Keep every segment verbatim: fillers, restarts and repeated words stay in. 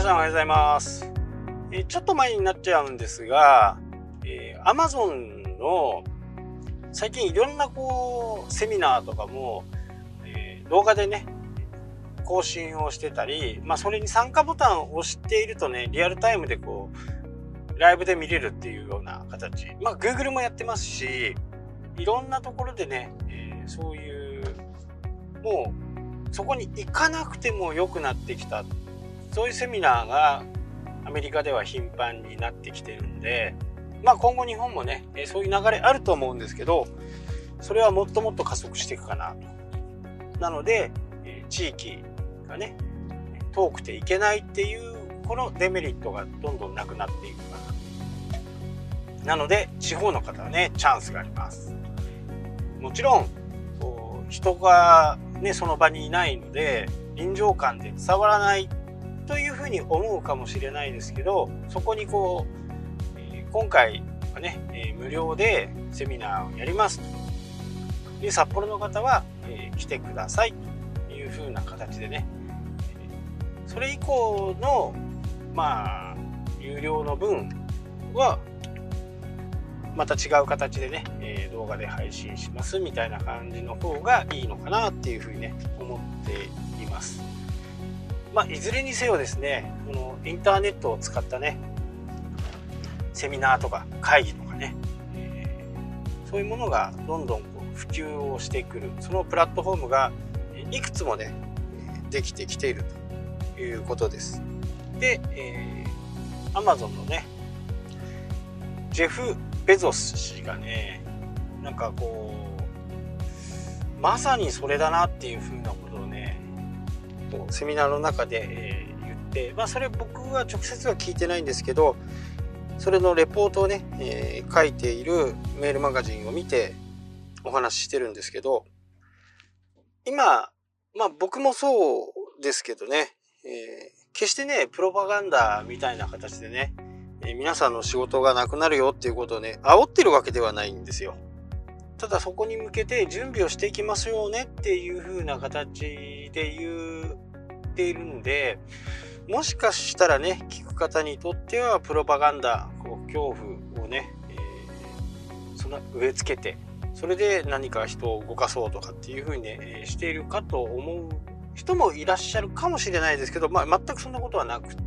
さんおはようございます。えーちょっと前になっちゃうんですが、えー Amazon の最近いろんなこうセミナーとかも、えー動画でね更新をしてたり、まあそれに参加ボタンを押しているとね、リアルタイムでこうライブで見れるっていうような形、まあ Google もやってますし、いろんなところでね、えーそういうもうそこに行かなくても良くなってきた、そういうセミナーがアメリカでは頻繁になってきてるんで、まあ今後日本もね、えーそういう流れあると思うんですけど、それはもっともっと加速していくかなと。なので、えー地域がね遠くて行けないっていうこのデメリットがどんどんなくなっていくかな。なので地方の方はねチャンスがあります。もちろんこう人がねその場にいないので臨場感で伝わらないというふうに思うかもしれないですけど、そこにこう、えー今回はね、えー無料でセミナーをやりますという札幌の方は、えー来てくださいというふうな形でね、それ以降のまあ有料の分はまた違う形でね、えー動画で配信しますみたいな感じの方がいいのかなっていうふうにね思っています。まあいずれにせよですね、このインターネットを使ったねセミナーとか会議とかね、えーそういうものがどんどんこう普及をしてくる、そのプラットフォームがいくつもねできてきているということです。で、えー、Amazon のねジェフ・ベゾス氏がね、なんかこうまさにそれだなっていうふうなことをねセミナーの中で、えー言って、まあそれ僕は直接は聞いてないんですけど、それのレポートをね、えー書いているメールマガジンを見てお話ししてるんですけど、今まあ僕もそうですけどね、えー決してねプロパガンダみたいな形でね、えー皆さんの仕事がなくなるよっていうことをね煽ってるわけではないんですよ。ただそこに向けて準備をしていきますよねっていう風な形で言っているんで、もしかしたらね聞く方にとってはプロパガンダ、こう恐怖をね、えーその植え付けて、それで何か人を動かそうとかっていう風にね、えーしているかと思う人もいらっしゃるかもしれないですけど、まあ、全くそんなことはなくって、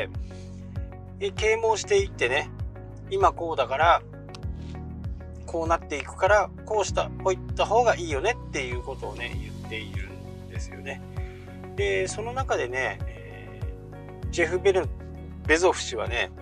えー啓蒙していってね、今こうだからこうなっていくからこうしたこういった方がいいよねっていうことをね言っているんですよね。でその中でね、えージェフ・ベルベゾフ氏はね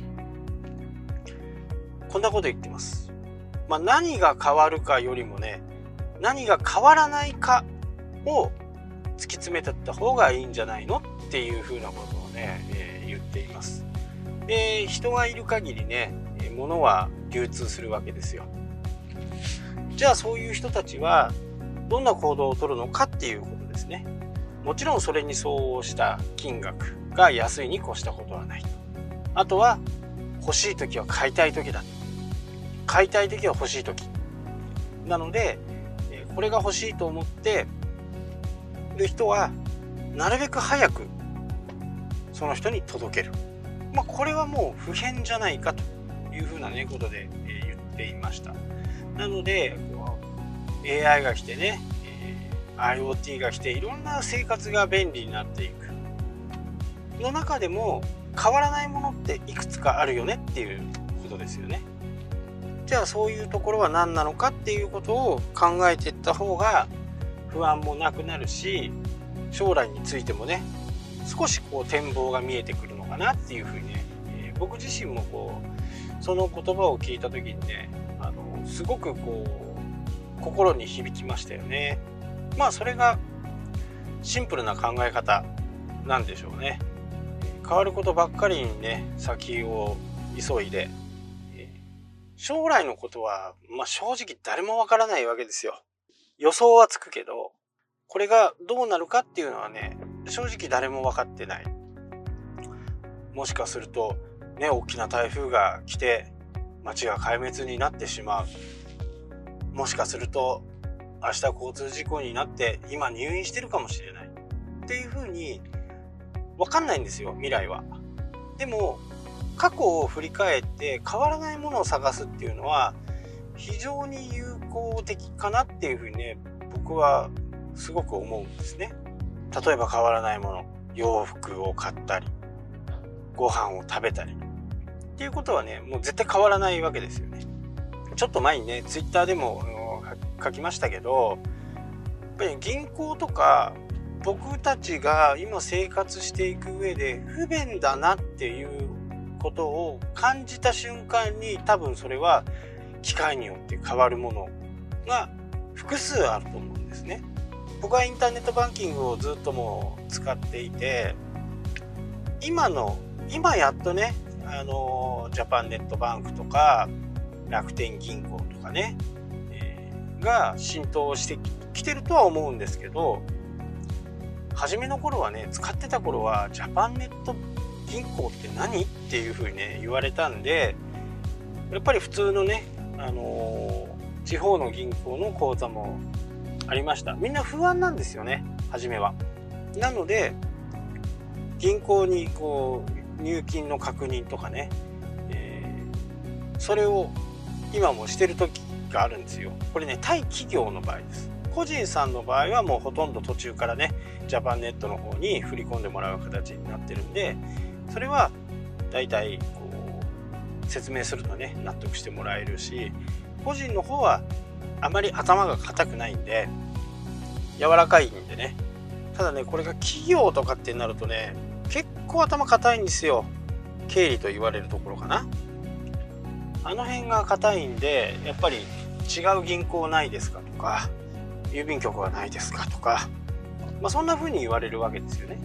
こんなこと言ってます。まあ、何が変わるかよりもね何が変わらないかを突き詰めていった方がいいんじゃないのっていうふうなことをね、えー言っています。で人がいる限りね物は流通するわけですよ。じゃあそういう人たちはどんな行動をとるのかっていうことですね。もちろんそれに相応した金額が安いに越したことはない。あとは欲しい時は買いたい時だ。買いたい時は欲しい時。なのでこれが欲しいと思っている人はなるべく早くその人に届ける。まあこれはもう普遍じゃないかというふうなねことで言っていました。なので エーアイ が来てね、えー、IoT が来ていろんな生活が便利になっていくの中でも変わらないものっていくつかあるよねっていうことですよね。じゃあそういうところは何なのかっていうことを考えていった方が不安もなくなるし、将来についてもね少しこう展望が見えてくるのかなっていうふうにね、えー、僕自身もこうその言葉を聞いた時にねあのすごくこう心に響きましたよね。まあそれがシンプルな考え方なんでしょうね。変わることばっかりにね先を急いで、将来のことは、まあ、正直誰もわからないわけですよ。予想はつくけどこれがどうなるかっていうのはね正直誰も分かってない。もしかするとね大きな台風が来て街が壊滅になってしまう。もしかすると明日交通事故になって今入院してるかもしれないっていうふうに分かんないんですよ、未来は。でも過去を振り返って変わらないものを探すっていうのは非常に有効的かなっていうふうにね、僕はすごく思うんですね。例えば変わらないもの、洋服を買ったりご飯を食べたりっていうことはね、もう絶対変わらないわけですよね。ちょっと前にねツイッターでも書きましたけど、やっぱり銀行とか僕たちが今生活していく上で不便だなっていうことを感じた瞬間に、多分それは機械によって変わるものが複数あると思うんですね。僕はインターネットバンキングをずっともう使っていて、今の今やっとね、あのジャパンネットバンクとか楽天銀行とかね、えー、が浸透してきてるとは思うんですけど、初めの頃はね、使ってた頃はジャパンネット銀行って何っていう風にね言われたんで、やっぱり普通のね、あのー、地方の銀行の口座もありました。みんな不安なんですよね、初めは。なので銀行にこう入金の確認とかね、えー、それを今もしてる時があるんですよ。これね、対企業の場合です。個人さんの場合はもうほとんど途中からねジャパンネットの方に振り込んでもらう形になってるんで、それはだいたいこう説明するとね納得してもらえるし、個人の方はあまり頭が固くないんで柔らかいんでね。ただね、これが企業とかってなるとね、結構頭固いんですよ。経理と言われるところかな、あの辺が固いんで、やっぱり違う銀行ないですかとか、郵便局はないですかとか、まあ、そんな風に言われるわけですよね。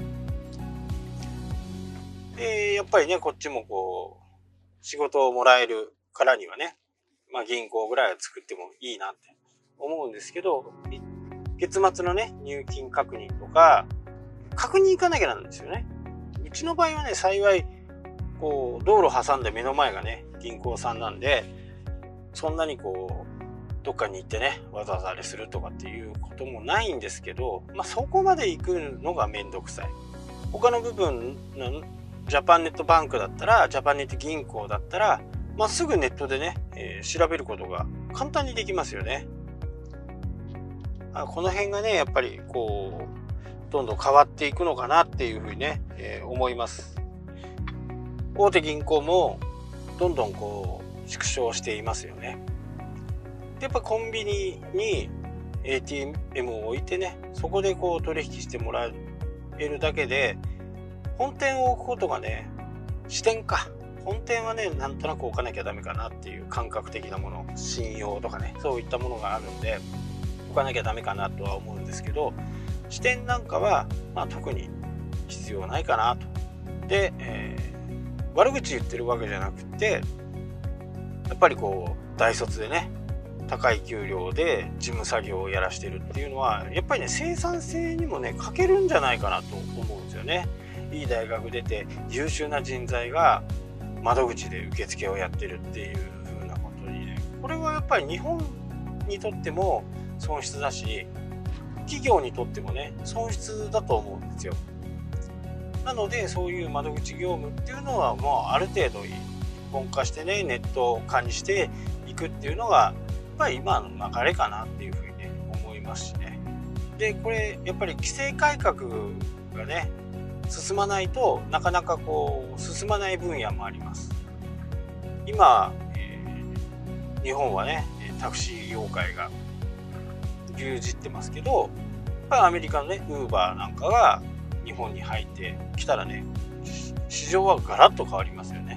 でやっぱりね、こっちもこう仕事をもらえるからにはね、まあ、銀行ぐらいは作ってもいいなって思うんですけど、月末のね入金確認とか確認行かなきゃなんですよね。うちの場合はね、幸いこう道路挟んで目の前がね銀行さんなんで、そんなにこうどっかに行ってねわざわざあれするとかっていうこともないんですけど、まあ、そこまで行くのがめんどくさい。他の部分のジャパンネットバンクだったら、ジャパンネット銀行だったら、まあ、すぐネットでね、えー、調べることが簡単にできますよね。あ、この辺がねやっぱりこうどんどん変わっていくのかなっていうふうにね、えー、思います。大手銀行もどんどんこう縮小していますよね。やっぱコンビニに エーティーエム を置いてね、そこでこう取引してもらえるだけで、本店を置くことがね、支店か、本店はねなんとなく置かなきゃダメかなっていう感覚的なもの、信用とかね、そういったものがあるんで置かなきゃダメかなとは思うんですけど、支店なんかは、まあ、特に必要ないかなと。で、えー、悪口言ってるわけじゃなくて、やっぱりこう大卒でね高い給料で事務作業をやらしてるっていうのは、やっぱりね生産性にもね欠けるんじゃないかなと思うんですよね。いい大学出て優秀な人材が窓口で受付をやってるっていう風なことにね、これはやっぱり日本にとっても損失だし、企業にとってもね損失だと思うんですよ。なのでそういう窓口業務っていうのはもうある程度一本化してね、ネット化にしていくっていうのがやっぱり今の流れかなっていうふうにね思いますしね。でこれやっぱり規制改革がね進まないとなかなかこう進まない分野もあります。今、えー、日本はねタクシー業界が牛耳ってますけど、やっぱりアメリカのねウーバーなんかが日本に入ってきたらね、市場はガラッと変わりますよね。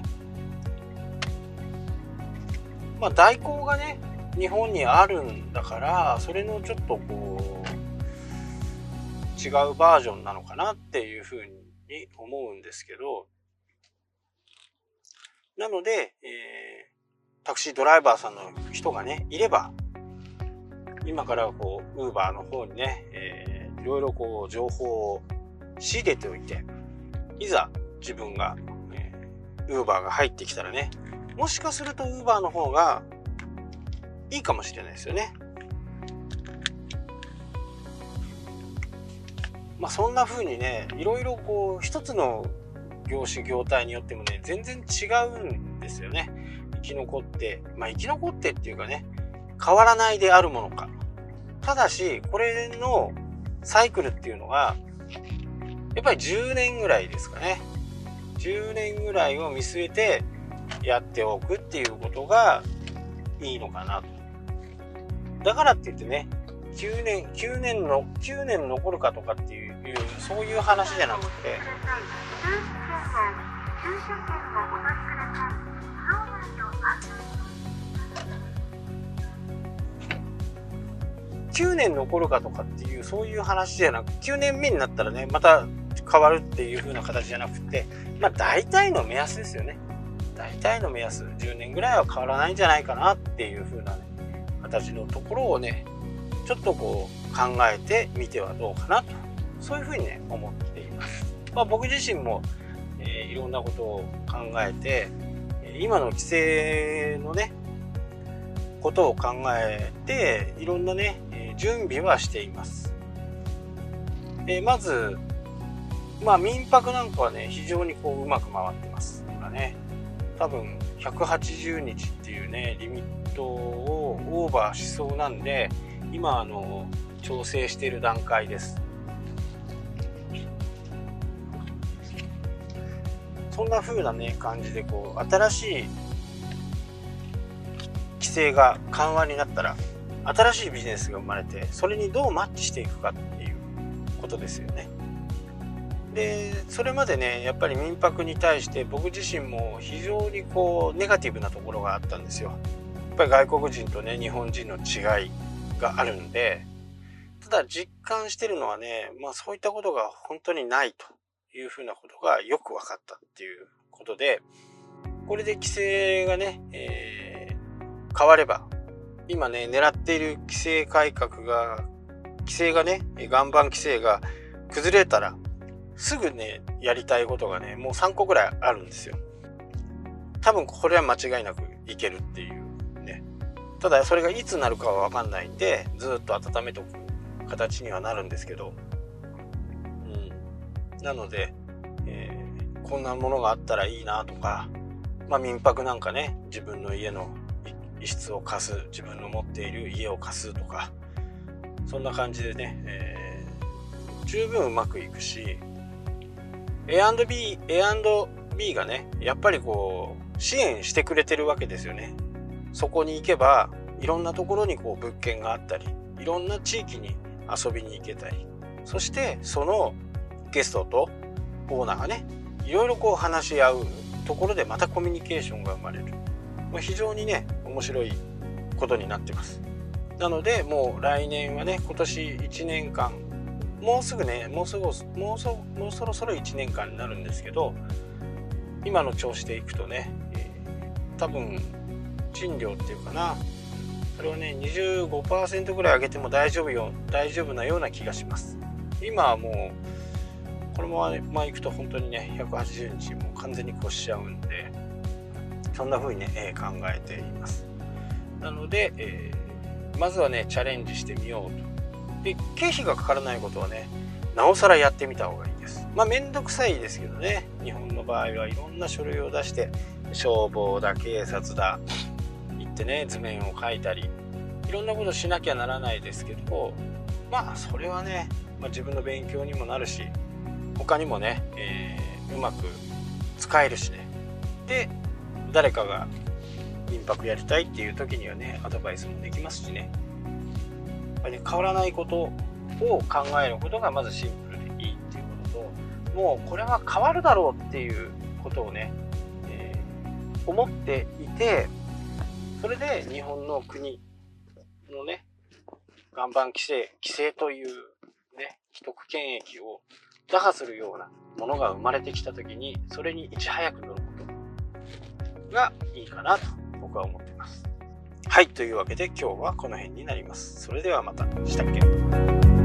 まあ代行がね日本にあるんだから、それのちょっとこう違うバージョンなのかなっていうふうに思うんですけど、なので、えー、タクシードライバーさんの人がねいれば、今からこうウーバーの方にね、えー、いろいろこう情報を仕入れておいて、いざ自分がウーバーが入ってきたらね、もしかするとウーバーの方がいいかもしれないですよね。 まあそんな風にね、いろいろこう一つの業種業態によってもね全然違うんですよね。生き残ってまあ生き残ってっていうかね、変わらないであるものか。ただしこれのサイクルっていうのがやっぱりじゅうねんぐらいですかね。じゅうねんぐらいを見据えてやっておくっていうことがいいのかなと。だからって言ってね、きゅうねんきゅうねんのきゅうねん残るかとかっていうそういう話じゃなくて、きゅうねん残るかとかっていうそういう話じゃなく、きゅうねんめになったらねまた変わるっていう風な形じゃなくて、まあ大体の目安ですよね。大体の目安、じゅうねんぐらいは変わらないんじゃないかなっていう風なね形のところをねちょっとこう考えてみてはどうかなと、そういう風にね思っています。まあ、僕自身も、えー、いろんなことを考えて今の規制のねことを考えていろんなね準備はしています。えー、まずまあ民泊なんかはね非常にこううまく回ってます今ね。多分ひゃくはちじゅうにちっていうねリミットをオーバーしそうなんで、今あの調整している段階です。そんな風なね感じでこう新しい規制が緩和になったら新しいビジネスが生まれて、それにどうマッチしていくかっていうことですよね。でそれまでねやっぱり民泊に対して僕自身も非常にこうネガティブなところがあったんですよ。やっぱり外国人とね日本人の違いがあるんで、ただ実感してるのはね、まあそういったことが本当にないというふうなことがよく分かったっていうことで、これで規制がね、えー、変われば、今ね狙っている規制改革が規制がね岩盤規制が崩れたらすぐねやりたいことがねもうさんこぐらいあるんですよ。多分これは間違いなくいけるっていうね。ただそれがいつなるかは分かんないんでずっと温めとく形にはなるんですけど、うん、なので、えー、こんなものがあったらいいなとか、まあ民泊なんかね自分の家の一室を貸す、自分の持っている家を貸すとか、そんな感じでね、えー、十分うまくいくし、エーアンドビー、エーアンドビー がねやっぱりこう支援してくれてるわけですよね。そこに行けばいろんなところにこう物件があったり、いろんな地域に遊びに行けたり、そしてそのゲストとオーナーがねいろいろこう話し合うところでまたコミュニケーションが生まれる、まあ、非常にね面白いことになってます。なのでもう来年はね今年いちねんかん、もうすぐねもうすぐもうそもうそろそろいちねんかんになるんですけど、今の調子でいくとね、えー、多分賃料っていうかな、それをね にじゅうごパーセント ぐらい上げても大丈夫よ大丈夫なような気がします。今はもうこのままいくと本当にねひゃくはちじゅうにちもう完全に越しちゃうんで、そんな風にね、えー、考えています。なので、えー、まずはねチャレンジしてみようと。で経費がかからないことはねなおさらやってみた方がいいです。まあめんどくさいですけどね、日本の場合はいろんな書類を出して消防だ警察だ行ってね図面を描いたりいろんなことしなきゃならないですけど、まあそれはね、まあ、自分の勉強にもなるし他にもね、えー、うまく使えるしね。で誰かが民泊やりたいっていう時にはねアドバイスもできますしね。やっぱりね変わらないことを考えることがまずシンプルでいいっていうことと、もうこれは変わるだろうっていうことをね、えー、思っていて、それで日本の国のね岩盤規制規制というね既得権益を打破するようなものが生まれてきた時にそれにいち早く乗ることがいいかなと僕は思っています。はい、というわけで今日はこの辺になります。それではまた。したっけ？